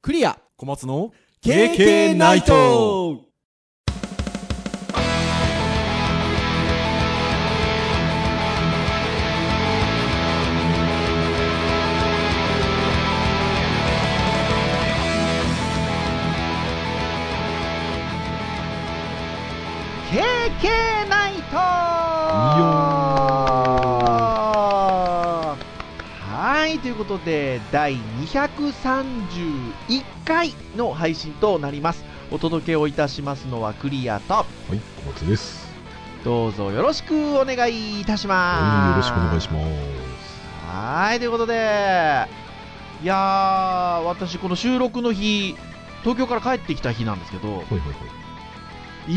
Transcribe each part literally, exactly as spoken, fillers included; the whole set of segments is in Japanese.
クリア小松のケーケー ナイト。 ケーケー ナイト。はい、ということでだいにひゃくさんじゅういっかいの配信となります。お届けをいたしますのはクリアと、 はい、小松です。 どうぞよろしくお願いいたします。 はい、よろしくお願いします。 はい、ということで、いやー、私この収録の日、東京から帰ってきた日なんですけど、 はいはいはい、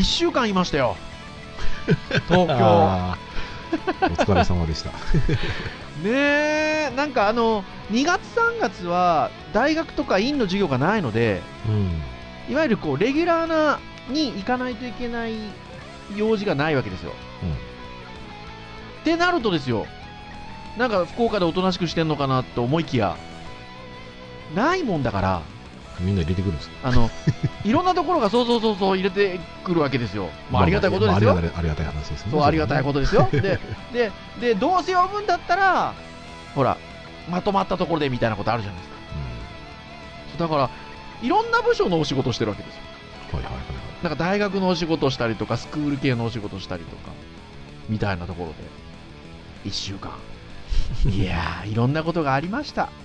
いっしゅうかんいましたよ、東京。 お疲れ様でした。 ねえ、なんかあのにがつさんがつは大学とか院の授業がないので、 うん、 いわゆるこうレギュラーなに行かないといけない用事がないわけですよ、うん、ってなるとですよ、なんか福岡でおとなしくしてんのかなと思いきや、ないもんだから、 みんな入れてくるんです。 あのいろんなところがそうそうそうそう入れてくるわけですよ。まあ、ありがたいことですよ。 まあ、ありがたい話ですね。 そう、ありがたいことですよ。でででどうせ呼ぶんだったら、ほらまとまったところでみたいなことあるじゃないですか、うん、だからいろんな部署のお仕事をしてるわけですよ。はいはいはいはい。なんか大学のお仕事をしたりとか、スクール系のお仕事をしたりとかみたいなところでいっしゅうかんいやー、いろんなことがありました。はい。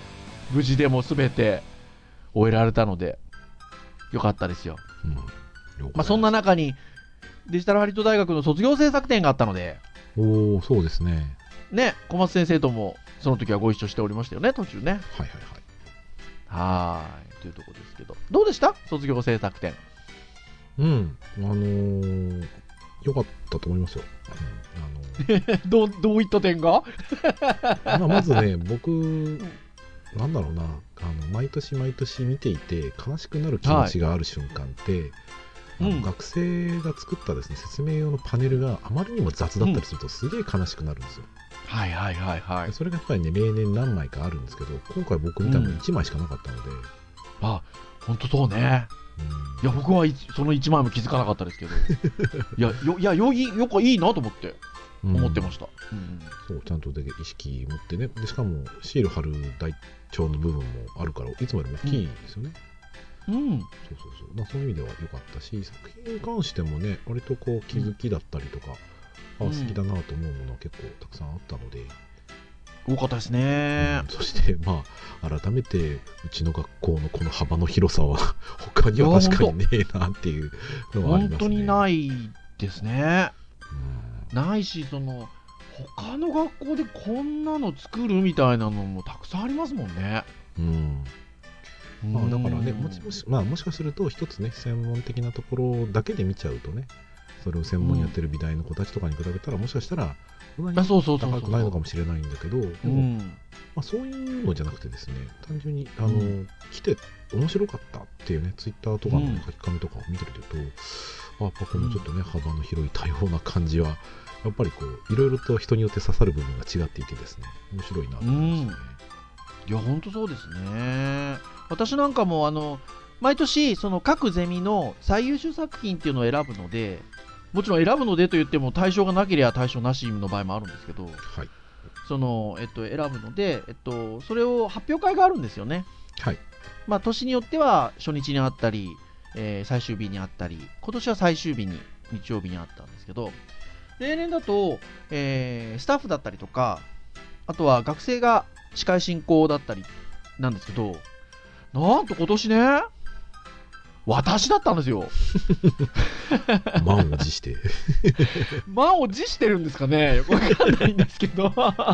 無事でも全て終えられたのでよかったですよ、うん、まあ、そんな中にデジタルハリウッド大学の卒業制作展があったので、 おお、そうですね。 ね、小松先生ともその時はご一緒しておりましたよね、途中ね。はいはいはい。はいというところですけど、どうでした卒業制作展。 うん、あのー、よかったと思いますよ。 うん、あのど, どういった点がまあまずね、僕なんだろうな、あの毎年毎年見ていて悲しくなる気持ちがある瞬間って、はい、あの学生が作ったですね、説明用のパネルがあまりにも雑だったりするとすげえ悲しくなるんですよ、うん、はいはいはいはい。それがやっぱりね、例年何枚かあるんですけど、今回僕見たのいちまいしかなかったので、うん、 あ、本当そうね、うん、いや僕はそのいちまいも気づかなかったですけどいやよいやよいよくいいなと思って思ってました、うんうん、 そうちゃんとで意識持ってね、でしかもシール貼る台帳の部分もあるからいつもよりも大きいんですよね、うん、うん、そうそうそう、まあ、そういう意味では良かったし、作品に関してもね、割とこう気づきだったりとか、うん、あ好きだなと思うものは結構たくさんあったので、 多かったですね、 うん、そしてまあ改めてうちの学校のこの幅の広さは他には確かにねえなっていうのはありますね。 本当にないですね、うん、ないし、その他の学校でこんなの作るみたいなのもたくさんありますもんね。うん、 まあ、だからね、もしもし、まあ、もしかすると一つね、専門的なところだけで見ちゃうとね、それを専門にやってる美大の子たちとかに比べたら、もしかしたらそんなに高くないのかもしれないんだけど、でも、まあ、そういうのじゃなくてですね、単純にあの、うん、来て面白かったっていうね、ツイッターとかの書き込みとかを見てると、うん、あやっぱこのちょっとね、幅の広い多様な感じはやっぱりこういろいろと人によって刺さる部分が違っていてですね、面白いなと思いますね、 うん、いや本当そうですね。私なんかもあの毎年その各ゼミの最優秀作品っていうのを選ぶので、もちろん選ぶのでと言っても対象がなければ対象なしの場合もあるんですけど、はい、その、えっと、選ぶので、えっと、それを発表会があるんですよね、はい、まあ、年によっては初日にあったり、えー、最終日にあったり、今年は最終日に日曜日にあったんですけど、例年だと、えー、スタッフだったりとか、あとは学生が司会進行だったりなんですけど、なんと今年ね、私だったんですよ満を持して満を持してるんですかね、よくわかんないんですけど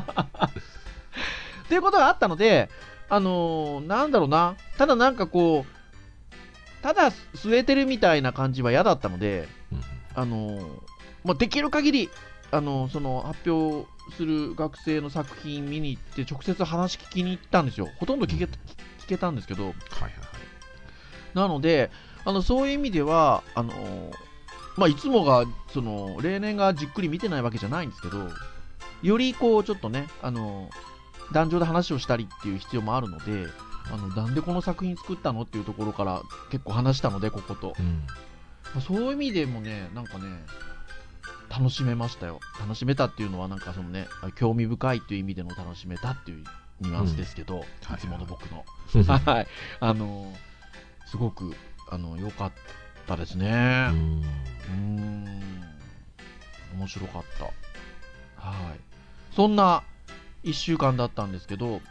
っていうことがあったので、あのー、なんだろうな、ただなんかこうただ据えてるみたいな感じは嫌だったので、うん、あのーまあ、できる限りあのその発表する学生の作品見に行って直接話聞きに行ったんですよ。ほとんど聞け、聞けたんですけど、はいはいはい、なのであのそういう意味ではあの、まあ、いつもがその例年がじっくり見てないわけじゃないんですけど、よりこうちょっとね、あの壇上で話をしたりっていう必要もあるので、 あのなんでこの作品作ったのっていうところから結構話したのでここと、 うんまあ、そういう意味でもねなんかね楽しめましたよ。楽しめたっていうのはなんかそのね興味深いっていう意味での楽しめたっていうニュアンスですけど、うん、いつもの僕のはいあのすごくあの良かったですね。うん、うーん面白かった。はいそんないっしゅうかんだったんですけど、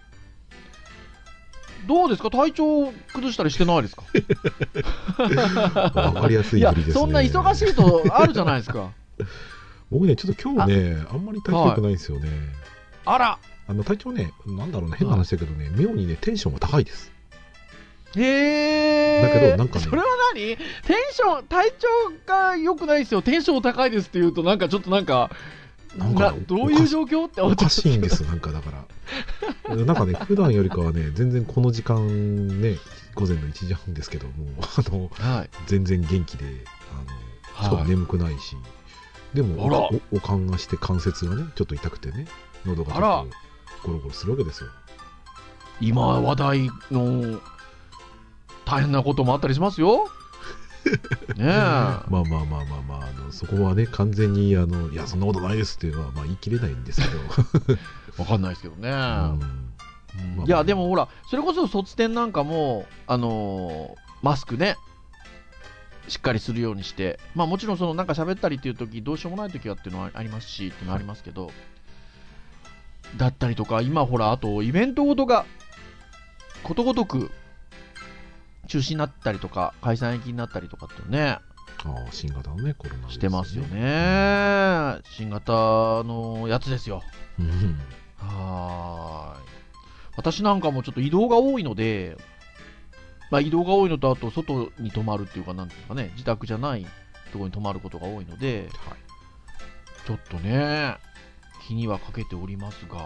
どうですか体調崩したりしてないですかわかりやすい振りですね。いやそんな忙しいとあるじゃないですか僕ねちょっと今日ね あ, あんまり体調良くないんですよね、はい、 あらあの体調ねなんだろうね変な話だけどね、はい、妙にねテンションが高いです。 へーだけどなんかねそれは何テンション体調が良くないですよテンション高いですって言うとなんかちょっとなんかなんか、ね、 どういう状況っておかしいんですなんかだからなんかね普段よりかはね全然この時間ね午前のいちじはんですけどもあの、はい、全然元気であのちょっと眠くないし、はい、でも お, おかんがして関節がねちょっと痛くてね喉がちょっとゴロゴロするわけですよ。 今話題の大変なこともあったりしますよねえまあまあまあまあまあ、あのそこはね完全にあのいやそんなことないですっていうのはまあ言い切れないんですけどわかんないですけどね、うんうんいやでもほらそれこそ卒展なんかもあのー、マスクねしっかりするようにしてまあもちろんそのなんか喋ったりっていう時どうしようもない時はっていうのはありますしっていうのはありますけど、はい、だったりとか今ほらあとイベントごとがことごとく中止になったりとか開催延期になったりとかってねあ新型のねコロナ、ね、 してますよね、うん、新型のやつですよ、 うん、 はーい私なんかもちょっと移動が多いので、まあ、移動が多いのとあと外に泊まるっていうかなんていうかね自宅じゃないところに泊まることが多いので、はい、ちょっとね気にはかけておりますが、うん、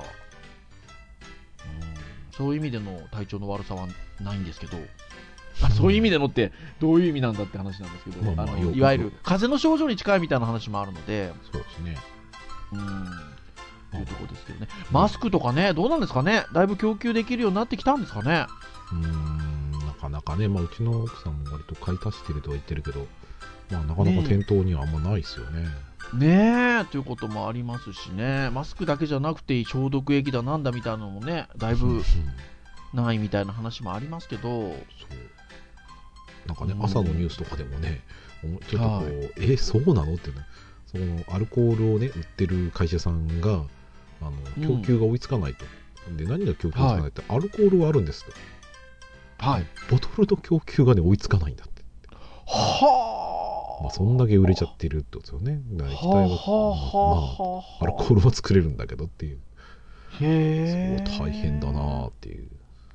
そういう意味での体調の悪さはないんですけどあそういう意味でのってどういう意味なんだって話なんですけど、まあまあ、あのいわゆる風邪の症状に近いみたいな話もあるのでそうですねうんというところですけどねマスクとかねどうなんですかねだいぶ供給できるようになってきたんですかねうーんなかなかね、まあ、うちの奥さんも割と買い足してるとは言ってるけど、まあ、なかなか店頭にはあんまないですよねねえということもありますしねマスクだけじゃなくて消毒液だなんだみたいなのもねだいぶないみたいな話もありますけどそうなんかね、うん、朝のニュースとかでもねちょっとこう、はい、えそうなのってねそのアルコールをね売ってる会社さんがあの供給が追いつかないと、うん、で何が供給が追いつかないって、はい、アルコールはあるんですと、 はい、 ボトルの供給がね追いつかないんだってはあ、 まあ、そんだけ売れちゃってるってことですよねだから液体は、まあ、アルコールは作れるんだけどっていうへそう大変だなっていう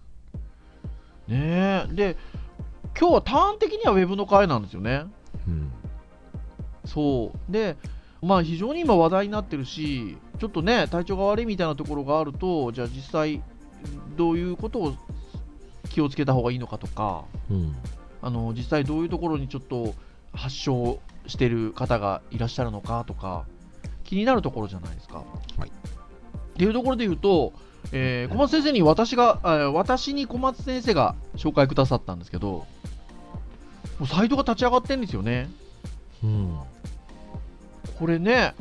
ねえで今日はターン的にはウェブの回なんですよね、 うん、 そうでまあ非常に今話題になってるしちょっとね体調が悪いみたいなところがあるとじゃあ実際どういうことを気をつけた方がいいのかとか、 うん、あの実際どういうところにちょっと発症してる方がいらっしゃるのかとか気になるところじゃないですか、 はい、 っていうところで言うと、えー、小松先生に私が私に小松先生が紹介くださったんですけどもうサイトが立ち上がってるんですよね、 うん、 これね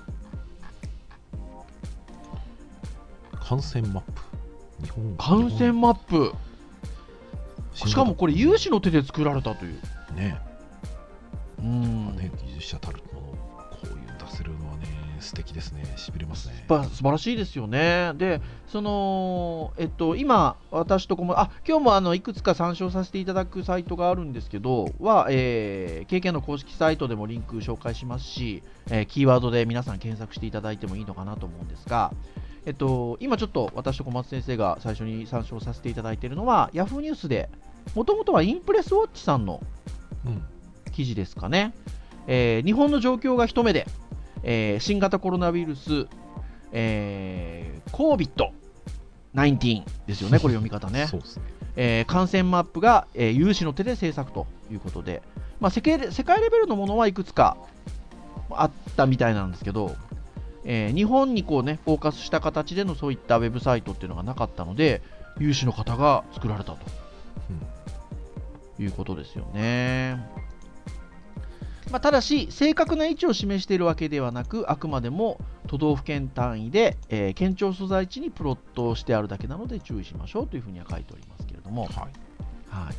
感染マップ日本感染マップしかもこれ有志の手で作られたというねうんね技術者たるものこういう出せるのはね素敵ですねしびれますね素晴らしいですよねでそのえっと今私とこもあ今日もあのいくつか参照させていただくサイトがあるんですけどは、えー、ケーケー の公式サイトでもリンク紹介しますし、えー、キーワードで皆さん検索していただいてもいいのかなと思うんですがえっと、今ちょっと私と小松先生が最初に参照させていただいているのは Yahoo ニュースでもともとはインプレスウォッチさんの記事ですかね、うんえー、日本の状況が一目で、えー、新型コロナウイルス、えー、コービッドナインティーン ですよねこれ読み方ねそうですね、 えー、感染マップが、えー、有志の手で制作ということで、まあ、世界、世界レベルのものはいくつかあったみたいなんですけどえー、日本にこうねフォーカスした形でのそういったウェブサイトっていうのがなかったので有志の方が作られたと、うん、いうことですよね。まあ、ただし正確な位置を示しているわけではなく、あくまでも都道府県単位で、えー、県庁所在地にプロットしてあるだけなので注意しましょうというふうには書いておりますけれども、はいはい、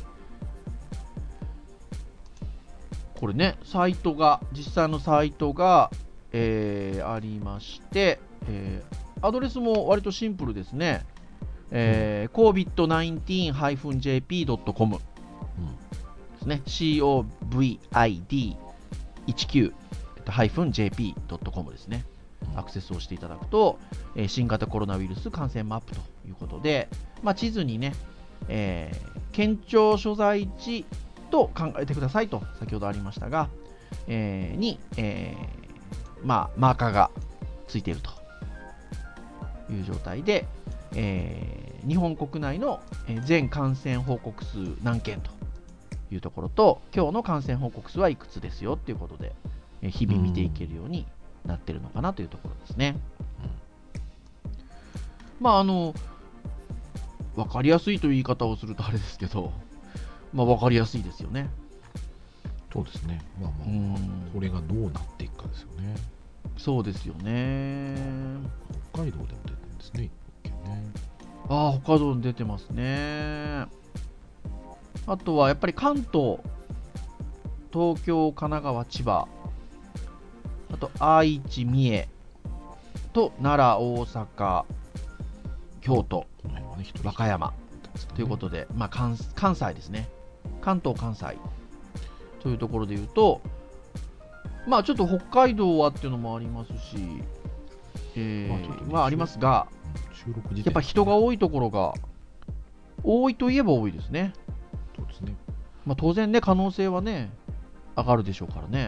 これね、サイトが実際のサイトが、えー、ありまして、えー、アドレスも割とシンプルですね。えー、コービッドナインティーン ジェーピー ドット コム ですね。コービッド ナインティーン ジェーピー ドット コム ですね。アクセスをしていただくと、えー、新型コロナウイルス感染マップということで、まあ、地図にね、えー、県庁所在地と考えてくださいと先ほどありましたが、えー、に、えーまあ、マーカーがついているという状態で、えー、日本国内の全感染報告数何件というところと、今日の感染報告数はいくつですよっていうことで、日々見ていけるようになってるのかなというところですね。うん、まああの分かりやすいという言い方をするとあれですけど、まあ分かりやすいですよね。 そうですね。まあまあ、まあ、これがどうなっていくかですよね。 そうですよね。 北海道でも出てるんですね。ね、 ああ、北海道に出てますね。あとはやっぱり関東、東京、神奈川、千葉、あと愛知、三重と奈良、大阪、京都、和歌山ということで、まあ、関, 関西ですね。関東、関西というところでいうと、まあちょっと北海道はっていうのもありますし、えー、まあありますが、やっぱ人が多いところが多いといえば多いですね。 そうですね。 まあ当然ね、可能性はね上がるでしょうからね。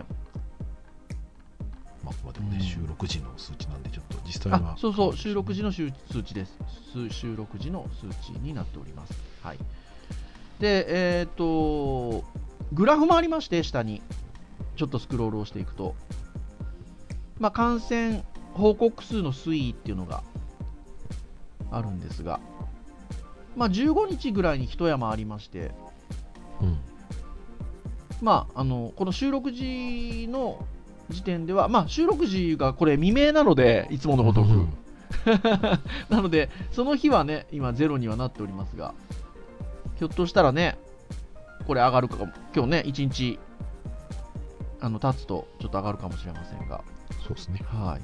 まあでもね、うん、収録時の数値なんでちょっと実際は、ね、 あ、そうそう、収録時の数値です。収録時の数値になっております。はい。で、えっとグラフもありまして、下にちょっとスクロールをしていくと、まあ感染報告数の推移っていうのがあるんですが、まあ、じゅうごにちぐらいに一山ありまして、うん、まあ、あのこの収録時の時点では、まあ、収録時がこれ未明なので、いつものごとく、うん、なのでその日はね今ゼロにはなっておりますが、ひょっとしたらねこれ上がるかも、今日ねいちにちあの経つとちょっと上がるかもしれませんが、 そうですね、 はい、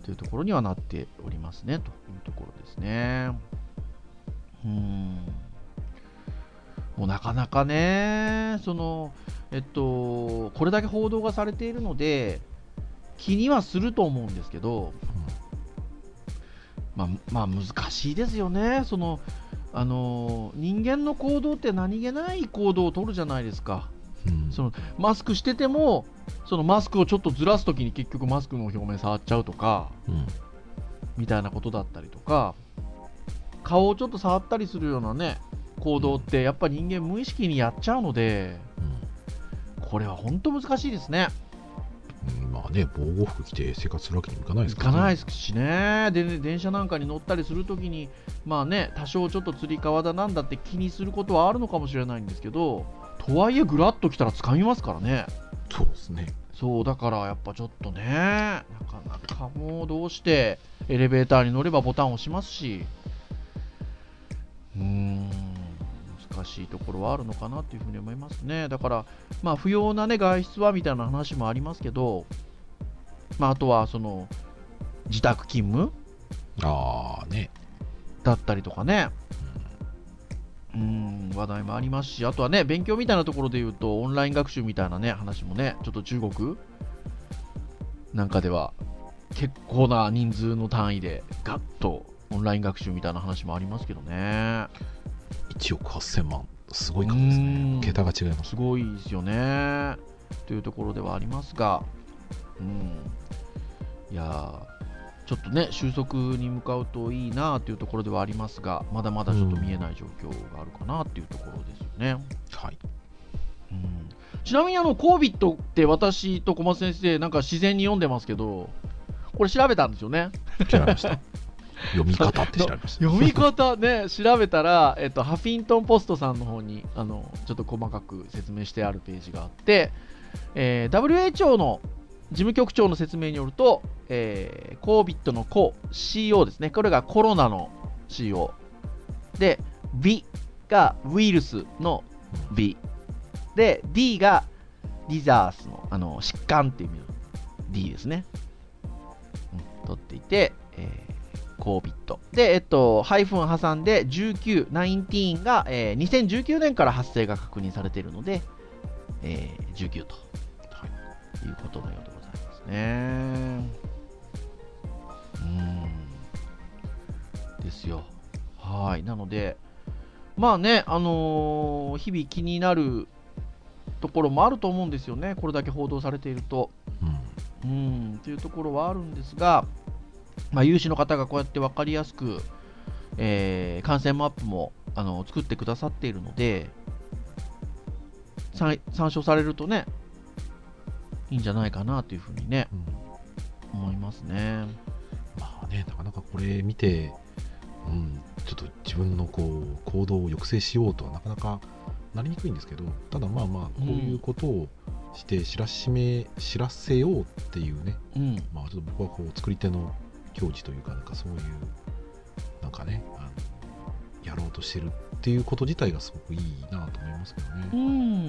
というところにはなっておりますねというところですね。うーん、もうなかなかね、そのえっとこれだけ報道がされているので気にはすると思うんですけど、うん、まあまあ難しいですよね。そのあの人間の行動って何気ない行動を取るじゃないですか。うん、そのマスクしててもそのマスクをちょっとずらすときに結局マスクの表面触っちゃうとか、うん、みたいなことだったりとか、顔をちょっと触ったりするようなね行動ってやっぱり人間無意識にやっちゃうので、うん、これは本当難しいですね。 うん、まあね、防護服着て生活するわけにもいかないですからね。 いかないですしね。で、ね、電車なんかに乗ったりするときにまあね多少ちょっとつり革だなんだって気にすることはあるのかもしれないんですけど、とはいえグラッと来たら掴みますからね。 そうですね。 そうだからやっぱちょっとね、なかなかもうどうしてエレベーターに乗ればボタンを押しますし、うーん難しいところはあるのかなというふうに思いますね。だからまあ不要なね外出はみたいな話もありますけど、まああとはその自宅勤務あーねだったりとかね、うーん話題もありますし、あとはね勉強みたいなところで言うとオンライン学習みたいなね話もね、ちょっと中国なんかでは結構な人数の単位でガッとオンライン学習みたいな話もありますけどね。 いちおくはっせんまん、すごい数ですね。桁が違います。 すごいですよねというところではありますが、うん、いやちょっとね収束に向かうといいなというところではありますが、まだまだちょっと見えない状況があるかなというところですよね。 はい。 うん、ちなみにあの コービッド って私と小松先生なんか自然に読んでますけど、これ調べたんですよね。 調べました。 読み方って調べました。 読み方ね、調べたら、えっと、ハフィントンポストさんの方にあのちょっと細かく説明してあるページがあって、えー、ダブリューエイチオー の事務局長の説明によると、えー、コービッドのコ、シーオー ですね。これがコロナの シーオー。で、ビがウイルスの ビ。で、D がディザースの、あの疾患っていう意味の D ですね。うん、取っていて、えーコービッドで、えっと、ハイフン挟んでじゅうきゅう、じゅうきゅうが、えー、にせんじゅうきゅうねんから発生が確認されているので、えー、じゅうきゅうと、はい、いうことのようでございますね。うーんですよ。はい。なので、まあね、あのー、日々気になるところもあると思うんですよね。これだけ報道されていると。うん、うんというところはあるんですが、まあ、有志の方がこうやって分かりやすく、えー、感染マップもあの作ってくださっているので、参照されるとね、いいんじゃないかなというふうにね、うん、思いますね。 まあね、なかなかこれ見て、うん、ちょっと自分のこう行動を抑制しようとはなかなかなりにくいんですけど、ただまあまあこういうことをして知らしめ、知らせようっていうね、うん、まあちょっと僕はこう作り手の教示というか、なんかそういうなんかね、あのやろうとしてるっていうこと自体がすごくいいなと思いますけどね。 うん、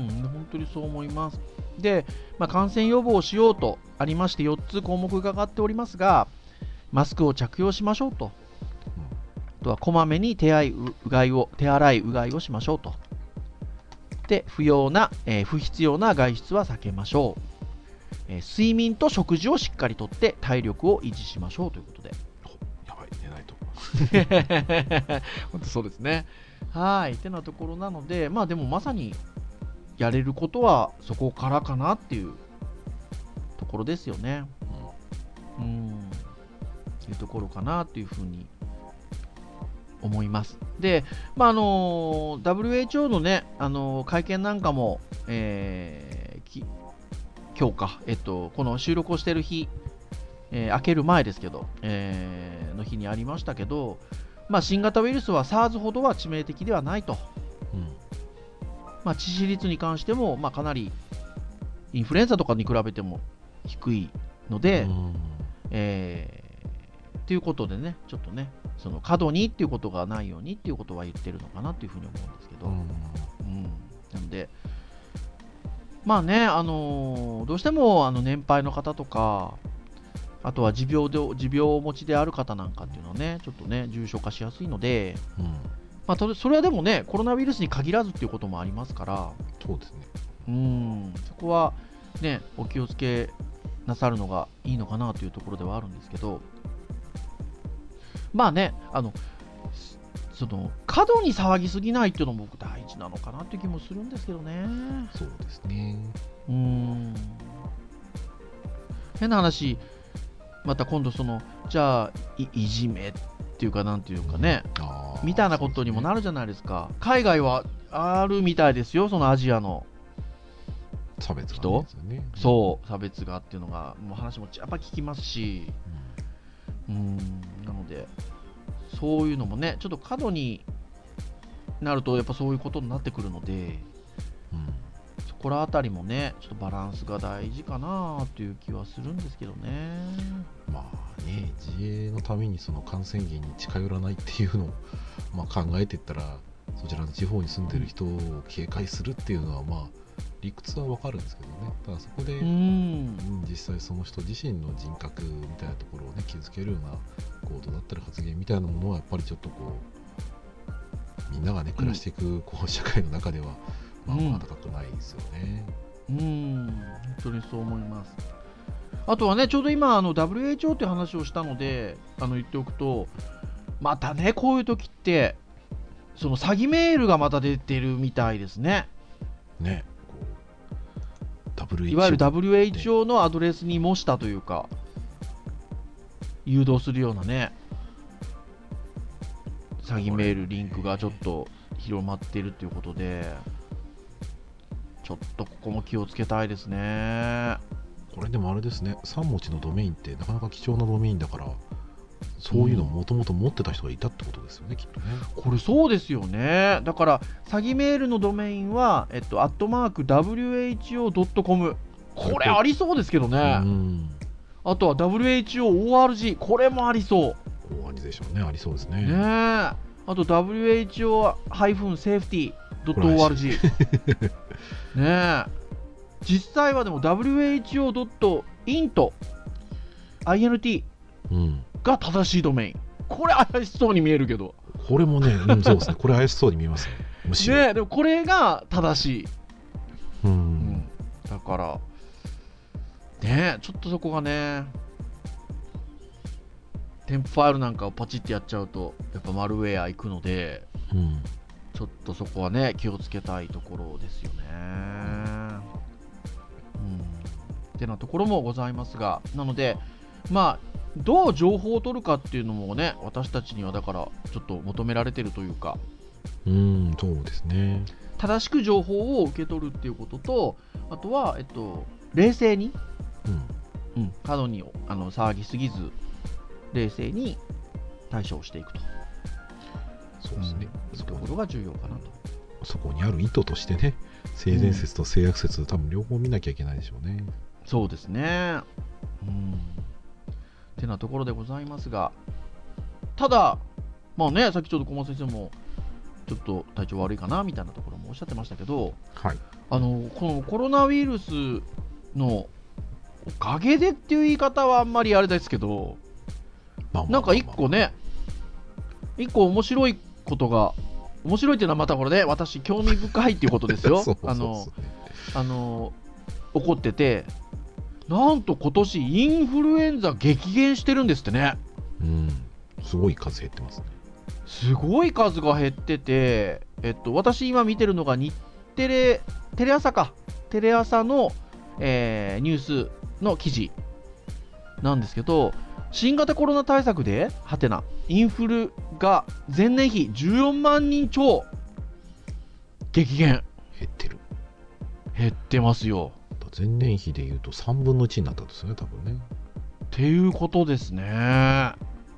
本当にそう思います。で、まあ、感染予防をしようとありましてよっつ項目が上がっておりますが、マスクを着用しましょうと、うん、あとはこまめに手洗いうがいを手洗いうがいをしましょうと。で、不要な、えー、不必要な外出は避けましょう。えー、睡眠と食事をしっかりとって体力を維持しましょうということで。 やばい、寝ないと。 本当そうですね。はい、ってなところなので、まあでもまさにやれることはそこからかなっていうところですよね。うん、うんっていうところかなというふうに思います。で、まああの ダブリューエイチオー のね、あのー、会見なんかも、えー、き今日か、えっと、この収録をしている日、えー、明ける前ですけど、えー、の日にありましたけど、まあ、新型ウイルスは SARS ほどは致命的ではないと、うん、まあ、致死率に関しても、まあ、かなりインフルエンザとかに比べても低いので、うん、えー、ということでね、ちょっとね、その過度にっていうことがないようにっていうことは言ってるのかなというふうに思うんですけど、うんうん、なので、まあね、あのー、どうしてもあの年配の方とか、あとは持病で持病をお持ちである方なんかっていうのはね、ちょっとね、重症化しやすいので、うん、まあ、それはでもね、コロナウイルスに限らずっていうこともありますから、 そうですね。 うん、そこはね、お気をつけなさるのがいいのかなというところではあるんですけど、まあね、あの、その過度に騒ぎすぎないっていうのも僕大事なのかなっていう気もするんですけどね。 そうですね。 うーん。変な話、また今度そのじゃあ い, いじめっていうかなんていうかね、うん、みたいなことにもなるじゃないですか。すね、海外はあるみたいですよ、そのアジアの差別人、 が、ね、 そう差別がっていうのがもう話もやっぱ聞きますし、うん、うんなのでそういうのもね、ちょっと過度になるとやっぱそういうことになってくるので、うん、そこらあたりもね、ちょっとバランスが大事かなという気はするんですけどね。 まあね、自衛のためにその感染源に近寄らないっていうのを、まあ、考えていったら、そちらの地方に住んでる人を警戒するっていうのは、まあ理屈はわかるんですけどね。ただそこで、うん、実際その人自身の人格みたいなところをね、傷つけるような行動だったり発言みたいなものはやっぱりちょっとこうみんながね暮らしていくこう社会の中では、まあまあ高くないですよね。 うん、うん本当にそう思います。あとはね、ちょうど今あの ダブリューエイチオー っていう話をしたのであの言っておくと、またねこういう時ってその詐欺メールがまた出てるみたいですね。 ね、 いわゆる ダブリューエイチオー のアドレスに模したというか誘導するようなね詐欺メールリンクがちょっと広まっているということで、ちょっとここも気をつけたいですね。 これでもあれですね、さん文字のドメインってなかなか貴重なドメインだから、 そういうのをもともと持ってた人がいたってことですよね、きっとね。 これそうですよね。だから詐欺メールのドメインは、えっと、アットマーク ダブリューエイチオードットコム、 これありそうですけどね。うん、あとは ダブリューエイチオーオーアールジー、 これもありそう。 オーアールジーでしょうね、ありそうですね。 ねえ、あと ダブリューエイチオー セーフティードットオーアールジー ねえ、実際はでも ダブリューエイチオードットイント イント が正しいドメイン。これ怪しそうに見えるけど、 これもね、うん、そうですね、これ怪しそうに見えますね、むしろね。でもこれが正しい、 うん、うん、 だからね、ちょっとそこがね、添付ファイルなんかをパチってやっちゃうとやっぱマルウェア行くので、うん、ちょっとそこはね気をつけたいところですよね。うん、ってなところもございますが、なのでまあどう情報を取るかっていうのもね、私たちにはだからちょっと求められてるというか、 うん、そうですね。 正しく情報を受け取るっていうことと、あとは、えっと、冷静に、うんうん、過度にあの騒ぎすぎず冷静に対処をしていくと。 そうですね、 うん、そういうところが重要かなと。 そこにある意図としてね、性善説と性悪説、うん、多分両方見なきゃいけないでしょうね。 そうですね、うんてなところでございますが、ただまあね、さっきちょっと小松先生もちょっと体調悪いかなみたいなところもおっしゃってましたけど、 はい、 あのこのコロナウイルスのおかげでっていう言い方はあんまりあれですけど、まあまあまあまあ、なんか一個ね、一個面白いことが、面白いっていうのはまたこれね、私興味深いっていうことですよ。そうそうそう、あのあの起こってて、なんと今年インフルエンザ激減してるんですってね。 うん、すごい数減ってますね。 すごい数が減ってて、えっと、私今見てるのが日テレテレ朝かテレ朝の、えー、ニュースの記事なんですけど、新型コロナ対策でハテナインフルが前年比じゅうよんまんにん超激減。 減ってる、 減ってますよ。 前年比でいうとさんぶんのいちになったんですよね、多分ね。 っていうことですね。 ま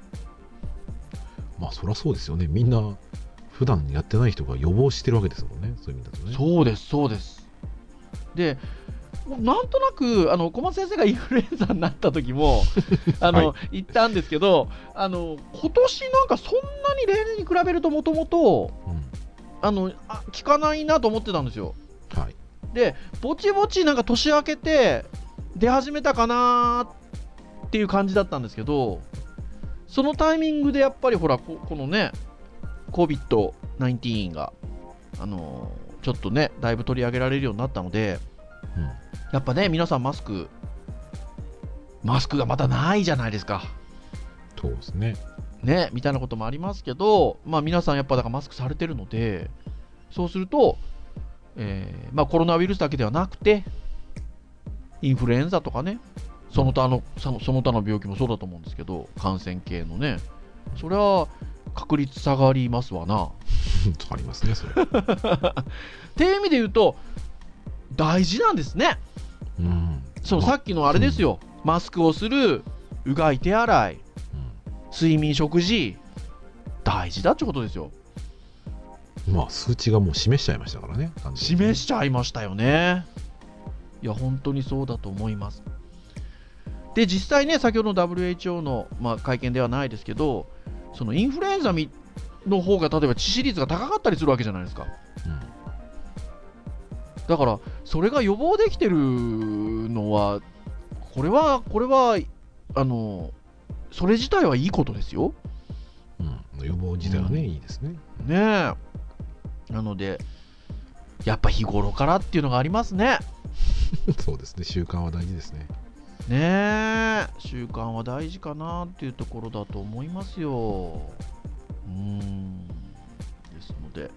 あそりゃそうですよね。みんな普段やってない人が予防してるわけですもんね、そういう意味だとね。 そうですそうです。でなんとなくあの小松先生がインフルエンザになった時もあの、はい、言ったんですけど、あの今年なんかそんなに例年に比べるともともと効かないなと思ってたんですよ。 はい、 でぼちぼちなんか年明けて出始めたかなっていう感じだったんですけど、そのタイミングでやっぱりほら こ, このね コビッドナインティーン があのちょっとねだいぶ取り上げられるようになったので、うん、やっぱね皆さんマスクマスクがまたないじゃないですか。 そうですね。 ねみたいなこともありますけど、まあ皆さんやっぱだからマスクされてるので、そうすると、えーまあ、コロナウイルスだけではなくてインフルエンザとかね、その他のその他の病気もそうだと思うんですけど、感染系のね、それは確率下がりますわな。 ありますねそれ。 っていう意味で言うと大事なんですね。うん、そのさっきのあれですよ、うん、マスクをする、うがい手洗い、うん、睡眠食事大事だってことですよ。 まあ数値がもう示しちゃいましたからね。 示しちゃいましたよね。いや本当にそうだと思います。で実際ね、先ほどの ダブリューエイチオー の、まあ、会見ではないですけど、そのインフルエンザの方が例えば致死率が高かったりするわけじゃないですか。うん、だからそれが予防できてるのはこれはこれはあのそれ自体はいいことですよ。 うん、予防自体はね、うん、いいですね。 ねえ、なのでやっぱ日頃からっていうのがありますね。 そうですね、習慣は大事ですね。 ねえ、習慣は大事かなっていうところだと思いますよ。うーんですので、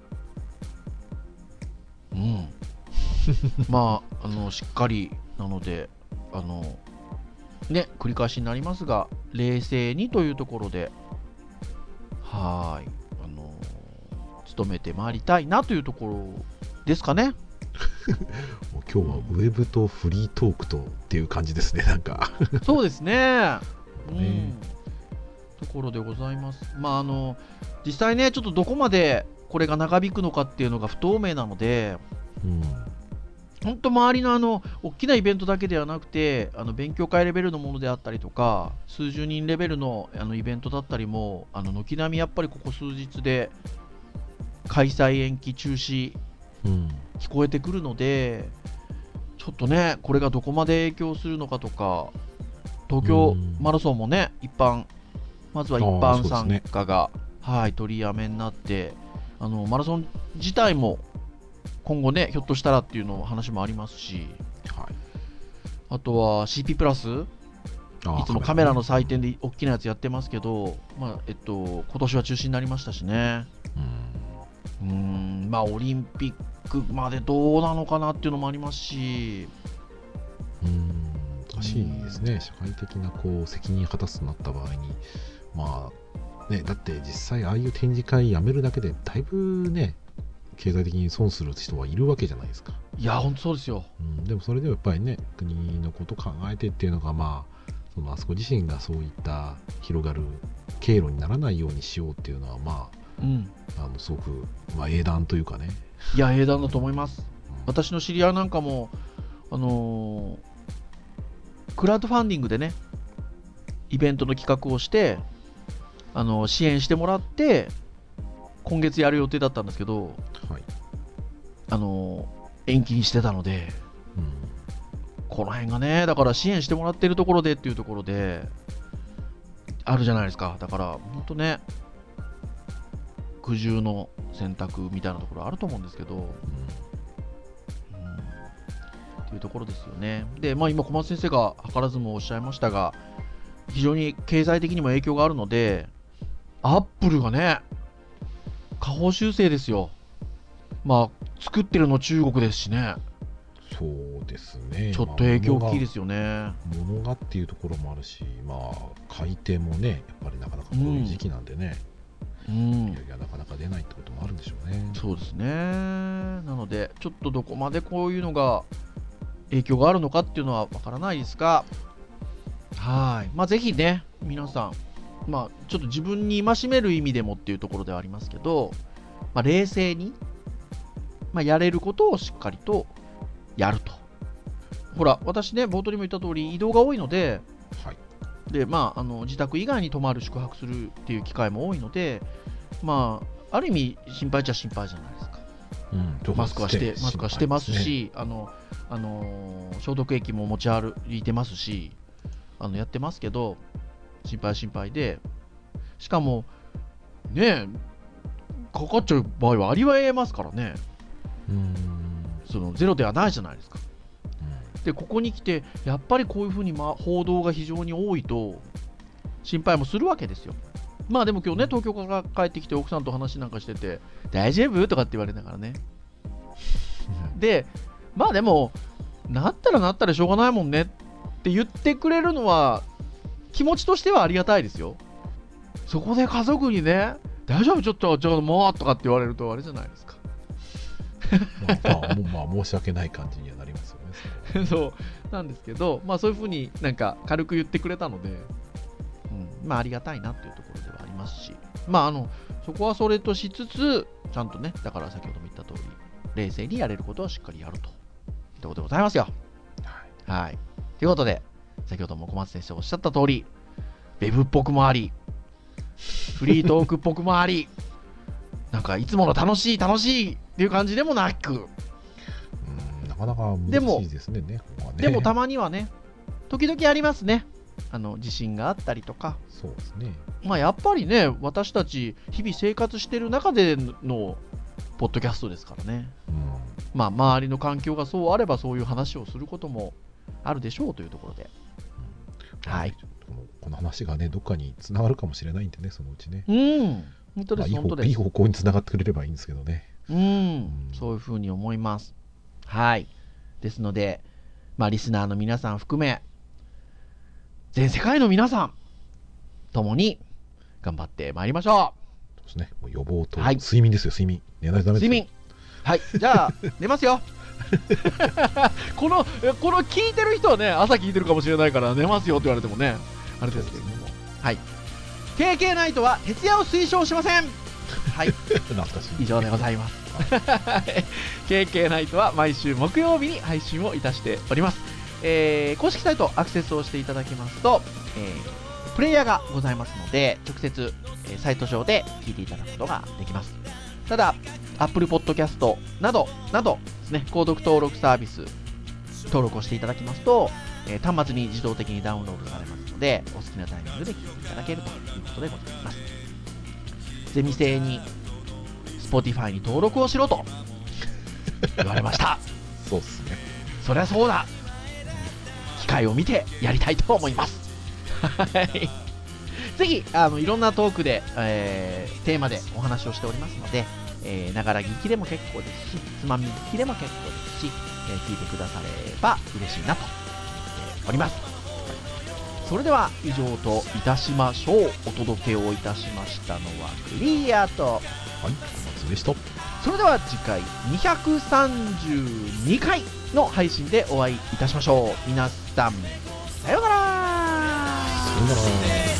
うんまああのしっかりなので、あのね繰り返しになりますが冷静にというところで、はい、あの努めてまいりたいなというところですかね。 今日はウェブとフリートークとっていう感じですね、なんか。 そうですね。うん、 ところでございます。まああの実際ねちょっとどこまでこれが長引くのかっていうのが不透明なので、うん、本当周りのあの大きなイベントだけではなくて、あの勉強会レベルのものであったりとか、数十人レベルのあのイベントだったりも、あの軒並みやっぱりここ数日で開催延期中止、うん、聞こえてくるので、ちょっとねこれがどこまで影響するのかとか、東京マラソンもね一般まずは一般参加が、ね、はい取りやめになって、あのマラソン自体も今後ねひょっとしたらっていうの話もありますし、はい、あとは シーピー プラスいつもカメラの祭典で大きなやつやってますけど、まあえっと、今年は中止になりましたしね。うーん、まあオリンピックまでどうなのかなっていうのもありますし、 うーん難しいですね。社会的なこう責任を果たすとなった場合に、まあね、だって実際ああいう展示会やめるだけでだいぶね経済的に損する人はいるわけじゃないですか。 いや本当そうですよ、 うん、でもそれでもやっぱりね国のことを考えてっていうのが、まあそのあそこ自身がそういった広がる経路にならないようにしようっていうのは、まあ、うん、あのすごく、まあ、英断というかね。 いや英断だと思います、うん、私の知り合いなんかもあのークラウドファンディングでねイベントの企画をしてあの支援してもらって今月やる予定だったんですけど、はい、あの延期にしてたので、うん、この辺がねだから支援してもらってるところでっていうところであるじゃないですか。だから本当ね苦渋の選択みたいなところあると思うんですけど、うんというところですよね。で、まあ、今小松先生が図らずもおっしゃいましたが、非常に経済的にも影響があるので、アップルがね下方修正ですよ。まあ作ってるの中国ですしね。 そうですね、 ちょっと影響大きいですよね。 物がっていうところもあるし、まあ買い手もねやっぱりなかなかこういう時期なんでね、うん、いやいやなかなか出ないってこともあるんでしょうね。 そうですね。なのでちょっとどこまでこういうのが影響があるのかっていうのはわからないですが、はい、まあぜひね皆さん、まあちょっと自分に戒める意味でもっていうところではありますけど、まあ、冷静に、まあ、やれることをしっかりとやると。ほら私ね冒頭にも言った通り移動が多いので、はい、でまああの自宅以外に泊まる宿泊するっていう機会も多いので、まあある意味心配っちゃ心配じゃないですか。うん、マスクはしてマスクはしてますし、あのあのー、消毒液も持ち歩いてますし、あのやってますけど心配心配で、しかもねかかっちゃう場合はありはえますからね。うーんそのゼロではないじゃないですか。うん、でここに来てやっぱりこういうふうに、ま、報道が非常に多いと心配もするわけですよ。まあでも今日ね東京から帰ってきて奥さんと話なんかしてて大丈夫とかって言われながらねでまあでもなったらなったらしょうがないもんねって言ってくれるのは気持ちとしてはありがたいですよ。そこで家族にね大丈夫ちょっとちょっともうとかって言われるとあれじゃないですかまあ、まあ、まあ申し訳ない感じにはなりますよね。 そうなんですけど、まあそういうふうになんか軽く言ってくれたので、うん、まあありがたいなというところではありますし、まああのそこはそれとしつつちゃんとねだから先ほども言った通り冷静にやれることはしっかりやるというところでございますよ。はい、はい、ということで先ほども小松先生おっしゃった通りウェブっぽくもありフリートークっぽくもありなんかいつもの楽しい楽しいっていう感じでもなく、 うんなかなか難しいですね。でも、ここはね、 でもたまにはね時々ありますね。あの地震があったりとか。 そうですね。 まあやっぱりね私たち日々生活してる中でのポッドキャストですからね、うん、まあ周りの環境がそうあればそういう話をすることもあるでしょうというところで、うん、はい、 この話がねどっかにつながるかもしれないんでねそのうちね。 うん本当です、まあ、 本当です。いい方向につながってくれればいいんですけどね。 うん、うん、そういうふうに思います。はいですのでまあリスナーの皆さん含め全世界の皆さんともに頑張ってまいりましょう。 そうですね。もう予防と睡眠ですよ、はい、睡眠。寝ないとダメですよ。 睡眠。はい。じゃあ寝ますよ。このこの聞いてる人はね朝聞いてるかもしれないから寝ますよって言われてもねあれですけれども、はい。 ケーケー ナイトは徹夜を推奨しません。はい、 懐かしい。 以上でございます。ケーケー ナイトは毎週木曜日に配信をいたしております。えー、公式サイトアクセスをしていただきますと、えー、プレイヤーがございますので、直接、えー、サイト上で聞いていただくことができます。ただ、Apple Podcast などなどですね、購読登録サービス登録をしていただきますと、えー、端末に自動的にダウンロードされますので、お好きなタイミングで聞いていただけるということでございます。ゼミ生に Spotify に登録をしろと言われました。 そうっすね。 そりゃそうだ。機会を見てやりたいと思います。はい。ぜひあのいろんなトークで、えー、テーマでお話をしておりますので、えー、ながら聞きでも結構ですし、つまみ聞きでも結構ですし、えー、聞いてくだされば嬉しいなと思っております。それでは以上といたしましょう。お届けをいたしましたのはクリアと、はい、 小松でした。 それでは次回にひゃくさんじゅうにかいの配信でお会いいたしましょう。皆さんさようなら。 さようなら。